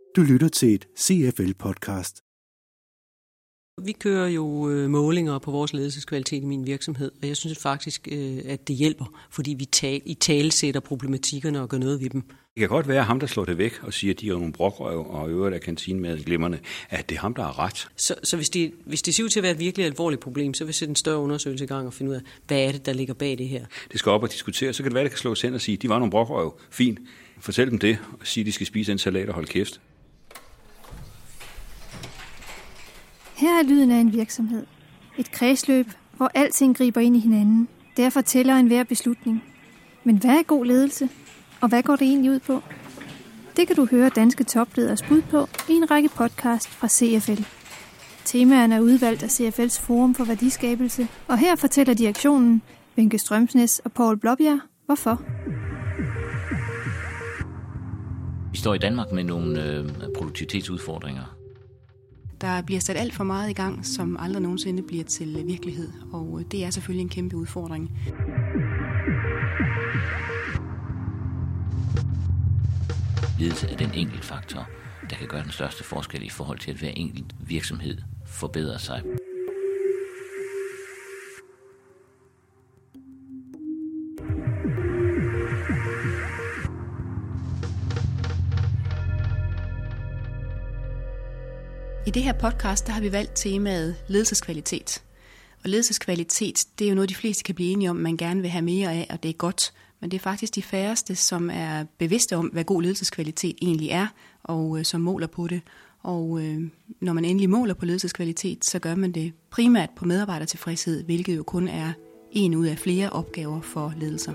Du lytter til et CFL-podcast. Vi kører jo målinger på vores ledelseskvalitet i min virksomhed, og jeg synes faktisk, at det hjælper, fordi vi italesætter problematikkerne og gør noget ved dem. Det kan godt være, at ham, der slår det væk og siger, at de er nogle brokrøv og øvrigt af kantinemaden glimrende, at det er ham, der har ret. Så hvis det ser ud til at være et virkelig alvorligt problem, så vil jeg sætte en større undersøgelse i gang og finde ud af, hvad er det, der ligger bag det her. Det skal op og diskutere, så kan det være, at det kan slås hen og sige, at de var nogle brokrøv. Fint. Fortæl dem det og sige, at de skal spise en salat og holde kæft. Her er lyden af en virksomhed. Et kredsløb, hvor alting griber ind i hinanden. Derfor tæller enhver beslutning. Men hvad er god ledelse? Og hvad går det egentlig ud på? Det kan du høre danske toplederes bud på i en række podcast fra CFL. Temaerne er udvalgt af CFL's Forum for Værdiskabelse, og her fortæller direktionen, Wenche Strømsnes og Poul Blåbjerg, hvorfor. Vi står i Danmark med nogle produktivitetsudfordringer. Der bliver sat alt for meget i gang, som aldrig nogensinde bliver til virkelighed, og det er selvfølgelig en kæmpe udfordring. Ledelse er den enkelt faktor, der kan gøre den største forskel i forhold til, at hver enkelt virksomhed forbedrer sig. I det her podcast, der har vi valgt temaet ledelseskvalitet. Og ledelseskvalitet, det er jo noget, de fleste kan blive enige om, man gerne vil have mere af, og det er godt. Men det er faktisk de færreste, som er bevidste om, hvad god ledelseskvalitet egentlig er, og som måler på det. Og når man endelig måler på ledelseskvalitet, så gør man det primært på medarbejdertilfredshed, hvilket jo kun er en ud af flere opgaver for ledelser.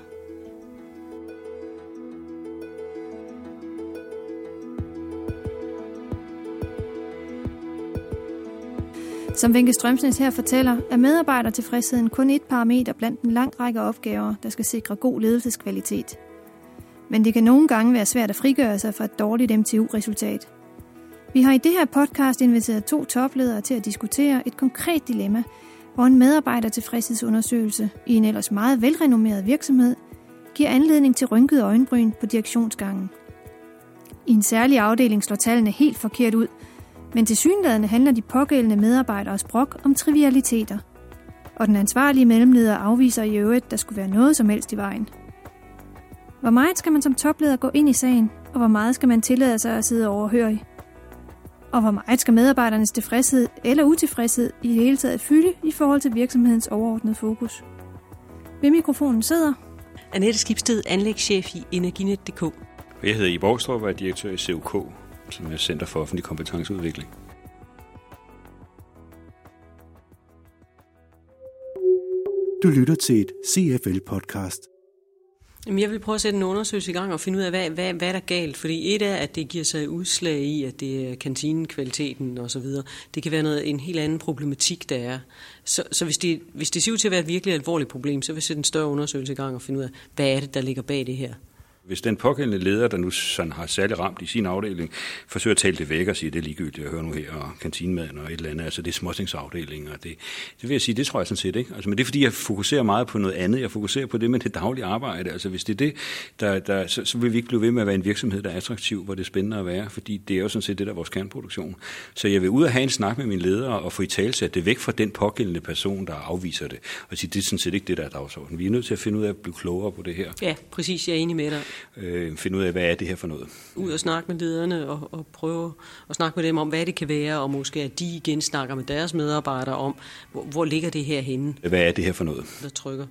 Som Wenche Strømsnes her fortæller, er medarbejdertilfredsheden kun et parameter blandt en lang række opgaver, der skal sikre god ledelseskvalitet. Men det kan nogle gange være svært at frigøre sig fra et dårligt MTU-resultat. Vi har i det her podcast inviteret 2 topledere til at diskutere et konkret dilemma, hvor en medarbejdertilfredshedsundersøgelse i en ellers meget velrenommeret virksomhed giver anledning til rynkede øjenbryn på direktionsgangen. I en særlig afdeling slår tallene helt forkert ud, men tilsyneladende handler de pågældende medarbejderes brok om trivialiteter. Og den ansvarlige mellemleder afviser i øvrigt, at der skulle være noget som helst i vejen. Hvor meget skal man som topleder gå ind i sagen, og hvor meget skal man tillade sig at sidde overhørig? Og hvor meget skal medarbejdernes tilfredshed eller utilfredshed i det hele taget fylde i forhold til virksomhedens overordnede fokus? Ved mikrofonen sidder Annette Skibsted, anlægschef i Energinet.dk. Jeg hedder Ib Aarstrup og er direktør i CUK, som er Center for Offentlig Kompetenceudvikling. Du lytter til et CFL-podcast. Jeg vil prøve at sætte en undersøgelse i gang og finde ud af, hvad der er galt. Fordi et er, at det giver sig udslag i, at det er kantinekvaliteten og så videre. Det kan være en helt anden problematik, der er. Så hvis det ser ud til at være et virkelig alvorligt problem, så vil jeg sætte en større undersøgelse i gang og finde ud af, hvad er det, der ligger bag det her. Hvis den pågældende leder, der nu sådan har særligt ramt i sin afdeling, forsøger at tale det væk og sige, det er ligegyldigt, jeg hører nu her, og kantinemaden og et eller andet, altså det er småtingsafdelingen, og det vil jeg sige, det tror jeg sådan set ikke. Altså, men det er fordi, jeg fokuserer meget på noget andet, jeg fokuserer på det med det daglige arbejde, altså hvis det er det, så vil vi ikke blive ved med at være en virksomhed, der er attraktiv, hvor det er spændende at være, fordi det er jo sådan set det, der er vores kernproduktion. Så jeg vil ud og have en snak med mine ledere og få i talsat det væk fra den pågældende person, der afviser det, og sige, det er sådan set ikke det, der er dagsordenen. Vi er nødt til at finde ud af at blive klogere på det her. Ja, præcis, jeg er enig med dig. Finde ud af, hvad er det her for noget. Ud og snakke med lederne og prøve at snakke med dem om, hvad det kan være, og måske at de igen snakker med deres medarbejdere om, hvor ligger det her henne. Hvad er det her for noget? Der trykker.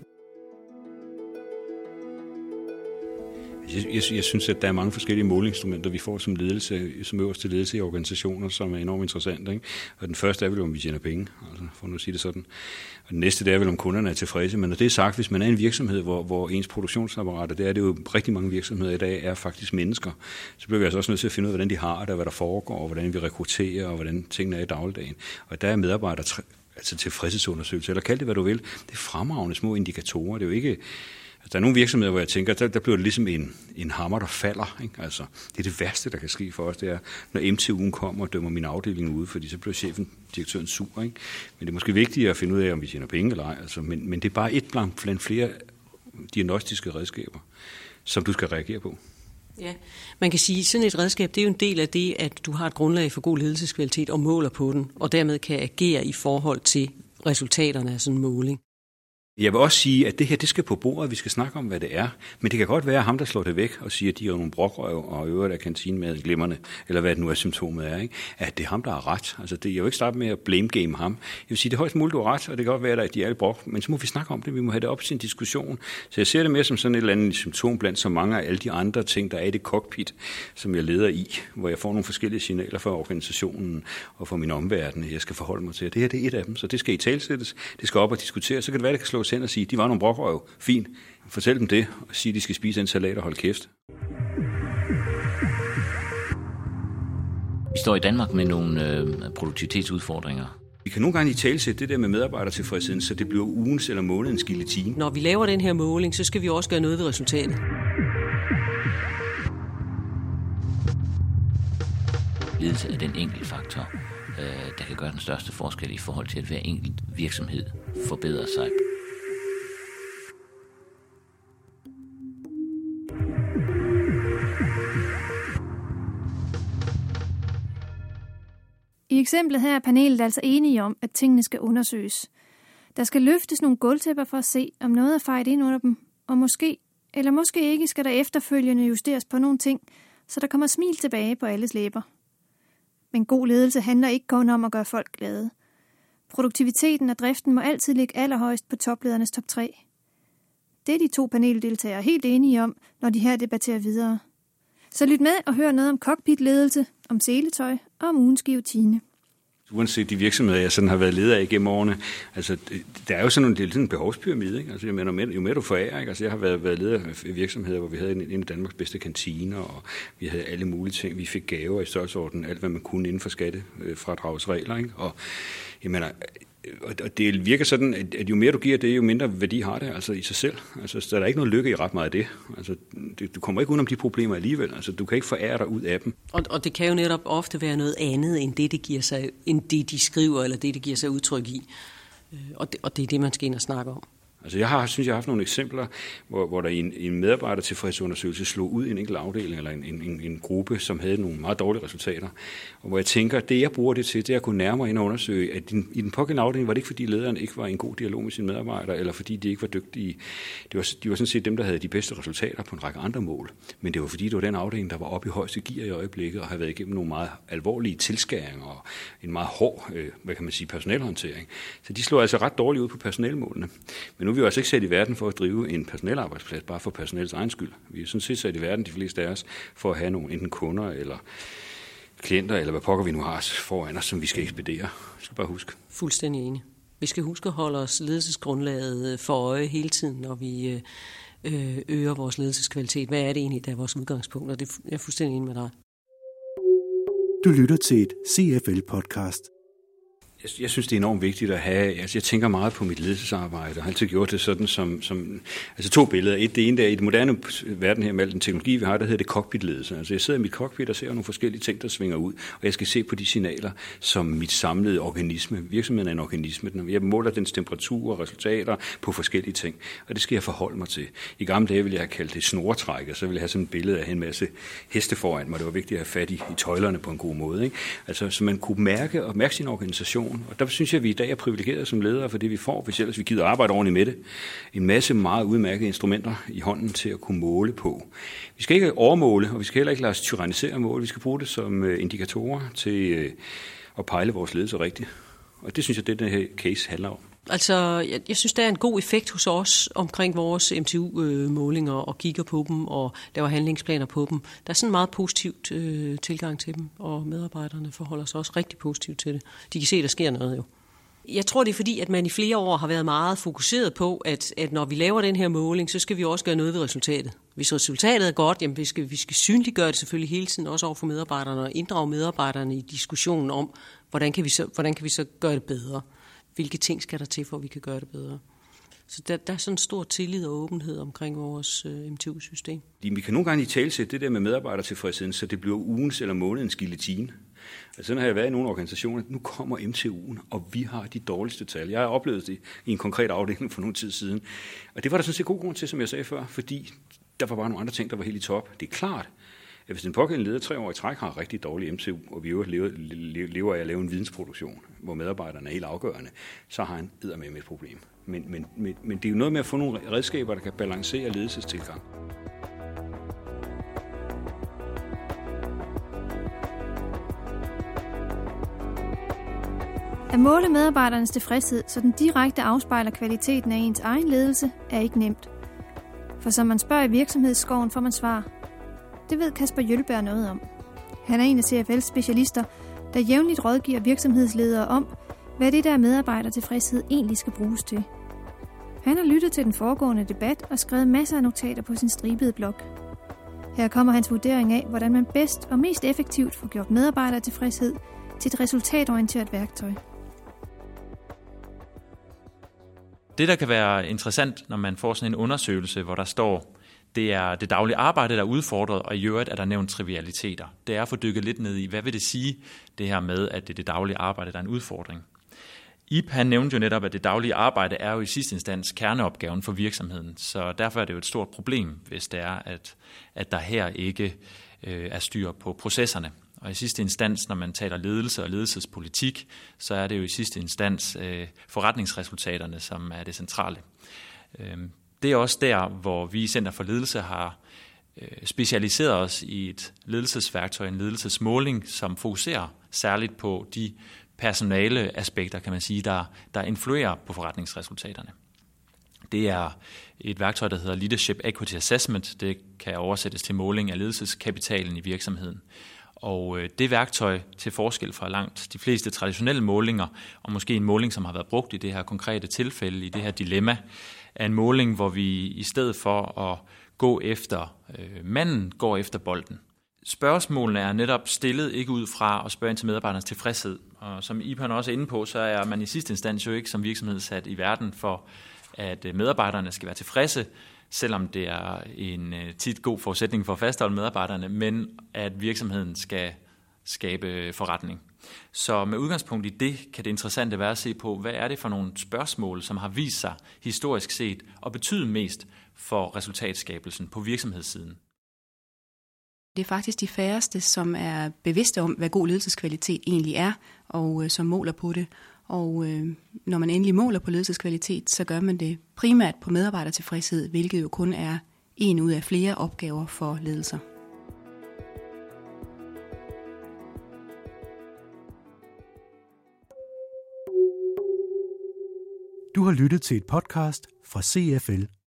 Jeg synes, at der er mange forskellige måleinstrumenter, vi får som ledelse, som øverste ledelse i organisationer, som er enormt interessante. Ikke? Og den første er vel, om vi tjener penge, altså, for nu at sige det sådan. Og den næste, det er vel, om kunderne er tilfredse. Men når det er sagt, hvis man er en virksomhed, hvor ens produktionsapparater, det er det jo rigtig mange virksomheder i dag, er faktisk mennesker, så bliver vi altså også nødt til at finde ud af, hvordan de har det, hvad der foregår, og hvordan vi rekrutterer, og hvordan tingene er i dagligdagen. Og der er medarbejdere, altså tilfredshedsundersøgelser, eller kald det, hvad du vil. Det er fremragende små indikatorer. Det er jo ikke... Der er nogle virksomheder, hvor jeg tænker, der bliver det ligesom en hammer, der falder. Ikke? Altså, det er det værste, der kan ske for os, det er, når MTU'en kommer og dømmer min afdeling ude, fordi så bliver chefen, direktøren sur. Ikke? Men det er måske vigtigt at finde ud af, om vi tjener penge eller ej. Altså, men det er bare et blandt flere diagnostiske redskaber, som du skal reagere på. Ja, man kan sige, at sådan et redskab, det er jo en del af det, at du har et grundlag for god ledelseskvalitet og måler på den, og dermed kan agere i forhold til resultaterne af sådan en måling. Jeg vil også sige, at det her, det skal på bordet, vi skal snakke om, hvad det er. Men det kan godt være ham, der slår det væk og siger, at de er nogle brokrøv og øvrigt af kantinemaden glimrende, eller hvad det nu er symptomet er, ikke? At det er ham, der har ret. Altså, det er jo ikke starte med at blame game ham. Jeg vil sige, det er højst muligt, du har ret, og det kan godt være, at de er alle brok, men så må vi snakke om det, vi må have det op til en diskussion. Så jeg ser det mere som sådan et eller andet symptom blandt så mange af alle de andre ting, der er i det cockpit, som jeg leder i, hvor jeg får nogle forskellige signaler fra organisationen og fra min omverden, jeg skal forholde mig til. Det her, det er et af dem, så det skal i talsættes, det skal op og diskuteres, så kan det være, det kan slås hen og sige, de var nogle brokrøv, fint, fortæl dem det, og sige, at de skal spise en salat og holde kæft. Vi står i Danmark med nogle produktivitetsudfordringer. Vi kan nogle gange i talsætte det der med medarbejdertilfredsheden, så det bliver ugens eller månedens guillotine. Når vi laver den her måling, så skal vi også gøre noget ved resultatet. Ledelse er den enkelte faktor, der kan gøre den største forskel i forhold til, at hver enkelt virksomhed forbedrer sig. I eksemplet her er panelet altså enige om, at tingene skal undersøges. Der skal løftes nogle gulvtæpper for at se, om noget er fejret ind under dem, og måske, eller måske ikke, skal der efterfølgende justeres på nogle ting, så der kommer smil tilbage på alles læber. Men god ledelse handler ikke kun om at gøre folk glade. Produktiviteten og driften må altid ligge allerhøjst på topledernes top 3. Det er de 2 paneldeltagere helt enige om, når de her debatterer videre. Så lyt med og hør noget om cockpitledelse, om seletøj og om ugens guillotine. Uanset de virksomheder, jeg sådan har været leder af gennem årene, altså der er jo sådan en behovspyramide, ikke? Altså, jeg mener, jo mere du forærer, ikke? Altså, jeg har været leder af virksomheder, hvor vi havde en af Danmarks bedste kantiner, og vi havde alle mulige ting. Vi fik gaver i størrelsesorden, alt hvad man kunne inden for skattefradragsregler, ikke? Og jeg mener, og det virker sådan, at jo mere du giver det, jo mindre værdi har det altså i sig selv. Altså, så der er ikke noget lykke i ret meget af det. Altså, du kommer ikke udenom de problemer alligevel. Altså, du kan ikke forære dig ud af dem. Og det kan jo netop ofte være noget andet, end det giver sig, end det de skriver, eller det giver sig udtryk i. Og det er det, man skal ind og snakke om. Altså jeg har haft nogle eksempler, hvor der i en medarbejdertilfredsundersøgelse slog ud en enkelt afdeling eller en gruppe, som havde nogle meget dårlige resultater. Og hvor jeg tænker, at det jeg bruger det til, det er at kunne nærmere ind og undersøge, at i den pågældende afdeling var det ikke, fordi lederen ikke var i en god dialog med sine medarbejdere, eller fordi de ikke var dygtige. De var sådan set dem, der havde de bedste resultater på en række andre mål. Men det var fordi, det var den afdeling, der var oppe i højeste gear i øjeblikket, og havde været igennem nogle meget alvorlige tilskæringer og en meget hård, personelhåndtering. Så de slog altså ret dårligt ud på personelmålene. Men nu er vi jo altså ikke sat i verden for at drive en personelarbejdsplads, bare for personelets egen skyld. Vi er sådan set sat i verden, de fleste af os, for at have nogle enten kunder eller klienter, eller hvad pokker vi nu har foran os, som vi skal ekspedere. Vi skal bare huske. Fuldstændig enig. Vi skal huske at holde os ledelsesgrundlaget for øje hele tiden, når vi øger vores ledelseskvalitet. Hvad er det egentlig, der er vores udgangspunkt? Og det er jeg fuldstændig enig med dig. Du lytter til et CFL-podcast. Jeg synes, det er enormt vigtigt at have, altså jeg tænker meget på mit ledelsesarbejde, og har altid gjort det sådan som altså 2 billeder. Det ene der i den moderne verden her med al den teknologi, vi har, der hedder det cockpitledelse. Altså jeg sidder i mit cockpit og ser nogle forskellige ting, der svinger ud, og jeg skal se på de signaler som mit samlede organisme. Virksomheden er en organisme. Jeg måler dens temperatur og resultater på forskellige ting, og det skal jeg forholde mig til. I gamle dage ville jeg have kaldt det snortræk, og så ville jeg have sådan et billede af en masse heste foran mig. Det var vigtigt at have fat i tøjlerne på en god måde, ikke? Altså, så man kunne mærke sin organisation. Og der synes jeg, at vi i dag er privilegerede som ledere for det, vi får, hvis ellers vi gider arbejde ordentligt med det. En masse meget udmærkede instrumenter i hånden til at kunne måle på. Vi skal ikke overmåle, og vi skal heller ikke lade os tyrannisere mål. Vi skal bruge det som indikatorer til at pejle vores ledelse rigtigt. Og det synes jeg, det den her case handler om. Altså, jeg synes, der er en god effekt hos os omkring vores MTU-målinger og kigger på dem og laver handlingsplaner på dem. Der er sådan en meget positivt tilgang til dem, og medarbejderne forholder sig også rigtig positivt til det. De kan se, at der sker noget jo. Jeg tror, det er fordi, at man i flere år har været meget fokuseret på, at når vi laver den her måling, så skal vi også gøre noget ved resultatet. Hvis resultatet er godt, jamen vi skal synliggøre det selvfølgelig hele tiden, også over for medarbejderne, og inddrage medarbejderne i diskussionen om, hvordan kan vi så gøre det bedre. Hvilke ting skal der til, for at vi kan gøre det bedre? Så der er sådan en stor tillid og åbenhed omkring vores MTU-system. Vi kan nogle gange i talsætte det der med medarbejdertilfredsheden, så det bliver ugens eller månedens guillotine. Altså sådan har jeg været i nogle organisationer, nu kommer MTU'en, og vi har de dårligste tal. Jeg har oplevet det i en konkret afdeling for nogle tid siden. Og det var der sådan set god grund til, som jeg sagde før, fordi der var bare nogle andre ting, der var helt i top. Det er klart, at hvis den pågældende leder 3 år i træk har rigtig dårlig MCU, og vi lever af at lave en vidensproduktion, hvor medarbejderne er helt afgørende, så har han eddermame et problem. Men det er jo noget med at få nogle redskaber, der kan balancere ledelsestilgang. At måle medarbejdernes tilfredshed, så den direkte afspejler kvaliteten af ens egen ledelse, er ikke nemt. For som man spørger i virksomhedsskoven, får man svar. Det ved Kasper Jølberg noget om. Han er en af CFL's specialister, der jævnligt rådgiver virksomhedsledere om, hvad det der medarbejdertilfredshed egentlig skal bruges til. Han har lyttet til den foregående debat og skrevet masser af notater på sin stribede blog. Her kommer hans vurdering af, hvordan man bedst og mest effektivt får gjort medarbejdertilfredshed til et resultatorienteret værktøj. Det, der kan være interessant, når man får sådan en undersøgelse, hvor der står, det er det daglige arbejde, der er udfordret, og i øvrigt er der nævnt trivialiteter. Det er at få dykket lidt ned i, hvad vil det sige, det her med, at det er det daglige arbejde, der er en udfordring. Ib, han nævnte jo netop, at det daglige arbejde er jo i sidste instans kerneopgaven for virksomheden, så derfor er det jo et stort problem, hvis det er, at der her ikke er styr på processerne. Og i sidste instans, når man taler ledelse og ledelsespolitik, så er det jo i sidste instans forretningsresultaterne, som er det centrale. Det er også der, hvor vi i Center for Ledelse har specialiseret os i et ledelsesværktøj, en ledelsesmåling, som fokuserer særligt på de personale aspekter, kan man sige, der influerer på forretningsresultaterne. Det er et værktøj, der hedder Leadership Equity Assessment. Det kan oversættes til måling af ledelseskapitalen i virksomheden. Og det værktøj, til forskel fra langt de fleste traditionelle målinger, og måske en måling, som har været brugt i det her konkrete tilfælde, i det her dilemma, er en måling, hvor vi i stedet for at gå efter manden, går efter bolden. Spørgsmålene er netop stillet ikke ud fra at spørge ind til medarbejdernes tilfredshed. Og som Ipan også er inde på, så er man i sidste instans jo ikke som virksomhed sat i verden for, at medarbejderne skal være tilfredse, selvom det er en tit god forudsætning for at fastholde medarbejderne, men at virksomheden skal skabe forretning. Så med udgangspunkt i det, kan det interessante være at se på, hvad er det for nogle spørgsmål, som har vist sig historisk set og betyde mest for resultatskabelsen på virksomhedssiden. Det er faktisk de færreste, som er bevidste om, hvad god ledelseskvalitet egentlig er, og som måler på det. Og når man endelig måler på ledelseskvalitet, så gør man det primært på medarbejdertilfredshed, hvilket jo kun er en ud af flere opgaver for ledelser. Du har lyttet til et podcast fra CFL